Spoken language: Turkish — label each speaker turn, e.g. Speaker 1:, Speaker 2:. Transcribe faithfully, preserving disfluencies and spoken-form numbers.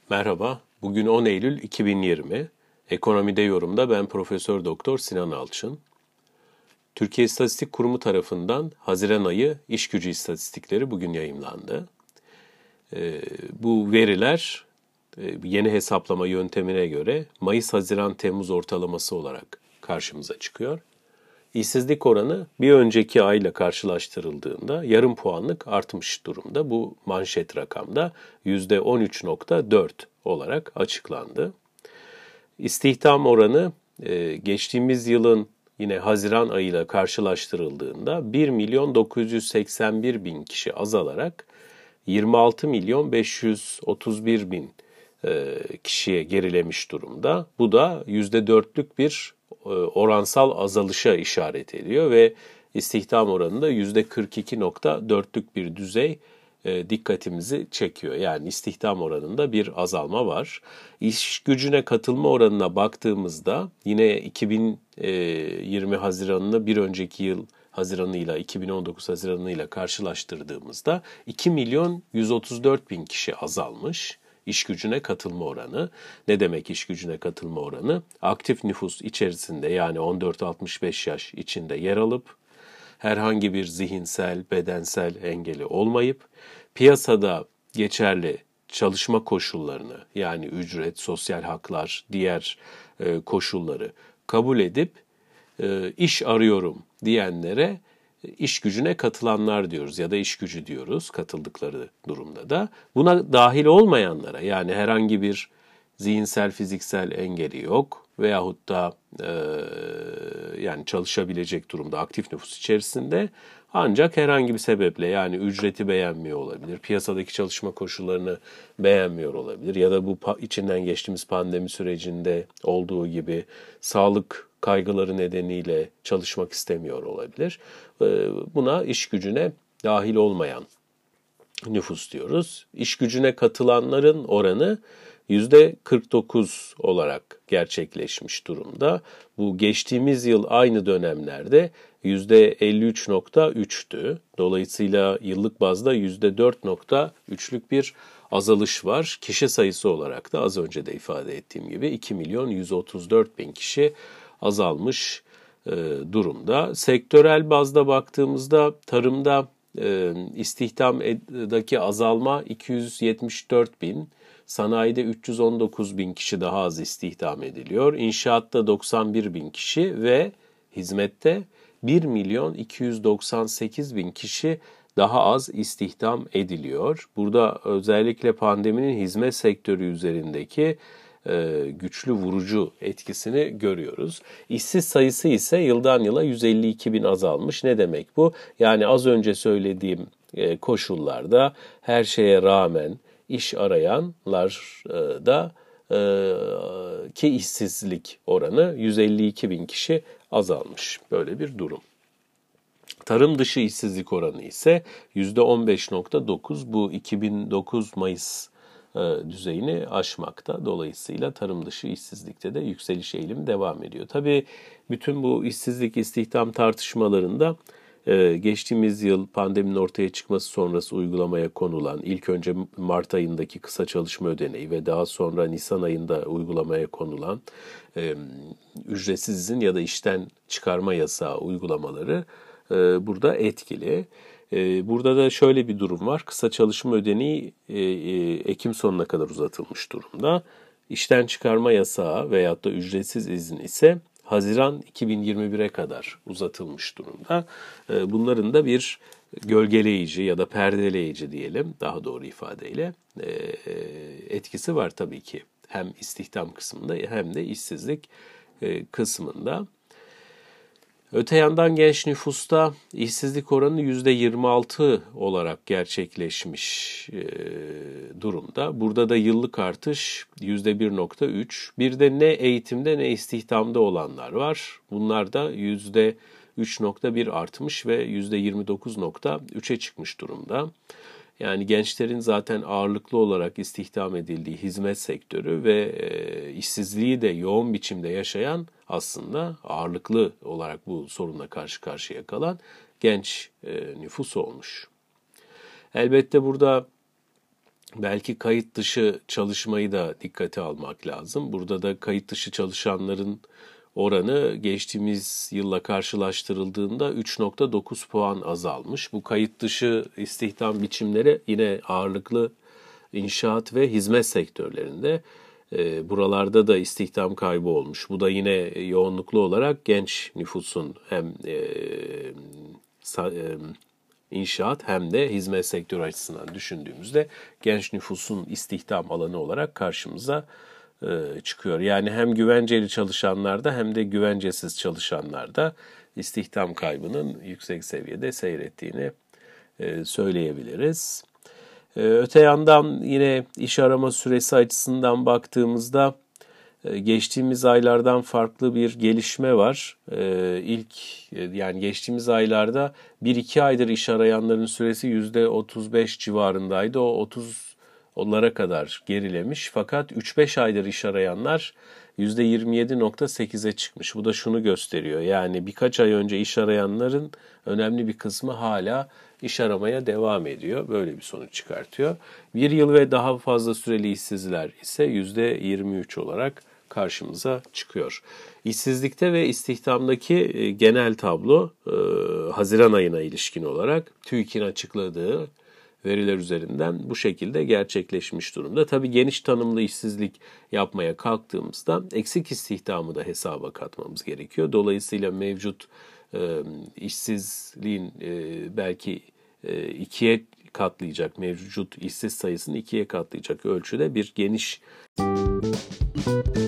Speaker 1: Merhaba, bugün on Eylül iki bin yirmi. Ekonomide yorumda ben Profesör Doktor Sinan Alçın. Türkiye İstatistik Kurumu tarafından Haziran ayı iş gücü istatistikleri bugün yayımlandı. Ee, bu veriler e, yeni hesaplama yöntemine göre Mayıs-Haziran-Temmuz ortalaması olarak karşımıza çıkıyor. İşsizlik oranı bir önceki ayla karşılaştırıldığında yarım puanlık artmış durumda. Bu manşet rakamda yüzde on üç nokta dört olarak açıklandı. İstihdam oranı e, geçtiğimiz yılın yine Haziran ayıyla karşılaştırıldığında bir milyon dokuz yüz seksen bir bin kişi azalarak yirmi altı milyon beş yüz otuz bir bin e, kişiye gerilemiş durumda. Bu da yüzde dörtlük bir e, oransal azalışa işaret ediyor ve istihdam oranında yüzde kırk iki nokta dörtlük bir düzey e, dikkatimizi çekiyor. Yani istihdam oranında bir azalma var. İş gücüne katılma oranına baktığımızda yine iki bin yirmi Haziran'ını bir önceki yıl Haziran'ıyla iki bin on dokuz Haziran'ıyla karşılaştırdığımızda iki milyon yüz otuz dört bin kişi azalmış. İş gücüne katılma oranı. Ne demek iş gücüne katılma oranı? Aktif nüfus içerisinde yani on dört altmış beş yaş içinde yer alıp herhangi bir zihinsel, bedensel engeli olmayıp piyasada geçerli çalışma koşullarını yani ücret, sosyal haklar, diğer e, koşulları kabul edip e, iş arıyorum diyenlere iş gücüne katılanlar diyoruz ya da iş gücü diyoruz katıldıkları durumda da. Buna dahil olmayanlara yani herhangi bir zihinsel, fiziksel engeli yok veyahut da e, yani çalışabilecek durumda aktif nüfus içerisinde ancak herhangi bir sebeple yani ücreti beğenmiyor olabilir, piyasadaki çalışma koşullarını beğenmiyor olabilir ya da bu içinden geçtiğimiz pandemi sürecinde olduğu gibi sağlık kaygıları nedeniyle çalışmak istemiyor olabilir. Buna iş gücüne dahil olmayan nüfus diyoruz. İş gücüne katılanların oranı yüzde kırk dokuz olarak gerçekleşmiş durumda. Bu geçtiğimiz yıl aynı dönemlerde yüzde elli üç nokta üçtü. Dolayısıyla yıllık bazda yüzde dört nokta üçlük bir azalış var. Kişi sayısı olarak da az önce de ifade ettiğim gibi iki milyon yüz otuz dört bin kişi azalmış e, durumda. Sektörel bazda baktığımızda tarımda e, istihdamdaki azalma iki yüz yetmiş dört bin, sanayide üç yüz on dokuz bin kişi daha az istihdam ediliyor. İnşaatta doksan bir bin kişi ve hizmette bir milyon iki yüz doksan sekiz bin kişi daha az istihdam ediliyor. Burada özellikle pandeminin hizmet sektörü üzerindeki e, güçlü vurucu etkisini görüyoruz. İşsiz sayısı ise yıldan yıla yüz elli iki bin azalmış. Ne demek bu? Yani az önce söylediğim e, koşullarda her şeye rağmen iş arayanlar e, da e, ki işsizlik oranı yüz elli iki bin kişi azalmış. Böyle bir durum. Tarım dışı işsizlik oranı ise yüzde on beş nokta dokuz. Bu iki bin dokuz Mayıs e, düzeyini aşmakta. Dolayısıyla tarım dışı işsizlikte de yükseliş eğilimi devam ediyor. Tabii bütün bu işsizlik istihdam tartışmalarında e, geçtiğimiz yıl pandeminin ortaya çıkması sonrası uygulamaya konulan ilk önce Mart ayındaki kısa çalışma ödeneği ve daha sonra Nisan ayında uygulamaya konulan e, ücretsiz izin ya da işten çıkarma yasağı uygulamaları burada etkili. Burada da şöyle bir durum var. Kısa çalışma ödeneği Ekim sonuna kadar uzatılmış durumda. İşten çıkarma yasağı veyahut da ücretsiz izin ise Haziran iki bin yirmi bire kadar uzatılmış durumda. Bunların da bir gölgeleyici ya da perdeleyici diyelim daha doğru ifadeyle etkisi var tabii ki. Hem istihdam kısmında hem de işsizlik kısmında. Öte yandan genç nüfusta işsizlik oranı yüzde yirmi altı olarak gerçekleşmiş e, durumda. Burada da yıllık artış yüzde bir nokta üç. Bir de ne eğitimde ne istihdamda olanlar var. Bunlar da yüzde üç nokta bir artmış ve yüzde yirmi dokuz nokta üçe çıkmış durumda. Yani gençlerin zaten ağırlıklı olarak istihdam edildiği hizmet sektörü ve e, işsizliği de yoğun biçimde yaşayan aslında ağırlıklı olarak bu sorunla karşı karşıya kalan genç e, nüfus olmuş. Elbette burada belki kayıt dışı çalışmayı da dikkate almak lazım. Burada da kayıt dışı çalışanların oranı geçtiğimiz yılla karşılaştırıldığında üç nokta dokuz puan azalmış. Bu kayıt dışı istihdam biçimleri yine ağırlıklı inşaat ve hizmet sektörlerinde. E, buralarda da istihdam kaybı olmuş. Bu da yine yoğunluklu olarak genç nüfusun hem e, sa, e, inşaat hem de hizmet sektörü açısından düşündüğümüzde genç nüfusun istihdam alanı olarak karşımıza e, çıkıyor. Yani hem güvenceli çalışanlarda hem de güvencesiz çalışanlarda istihdam kaybının yüksek seviyede seyrettiğini e, söyleyebiliriz. E, öte yandan yine iş arama süresi açısından baktığımızda geçtiğimiz aylardan farklı bir gelişme var. Ee, ilk yani geçtiğimiz aylarda bir iki aydır iş arayanların süresi yüzde otuz beş civarındaydı. O otuzlara kadar gerilemiş. Fakat üç beş aydır iş arayanlar yüzde yirmi yedi nokta sekize çıkmış. Bu da şunu gösteriyor. Yani birkaç ay önce iş arayanların önemli bir kısmı hala iş aramaya devam ediyor. Böyle bir sonuç çıkartıyor. Bir yıl ve daha fazla süreli işsizler ise yüzde yirmi üç olarak karşımıza çıkıyor. İşsizlikte ve istihdamdaki genel tablo Haziran ayına ilişkin olarak TÜİK'in açıkladığı veriler üzerinden bu şekilde gerçekleşmiş durumda. Tabii geniş tanımlı işsizlik yapmaya kalktığımızda eksik istihdamı da hesaba katmamız gerekiyor. Dolayısıyla mevcut işsizliğin belki ikiye katlayacak, mevcut işsiz sayısını ikiye katlayacak ölçüde bir geniş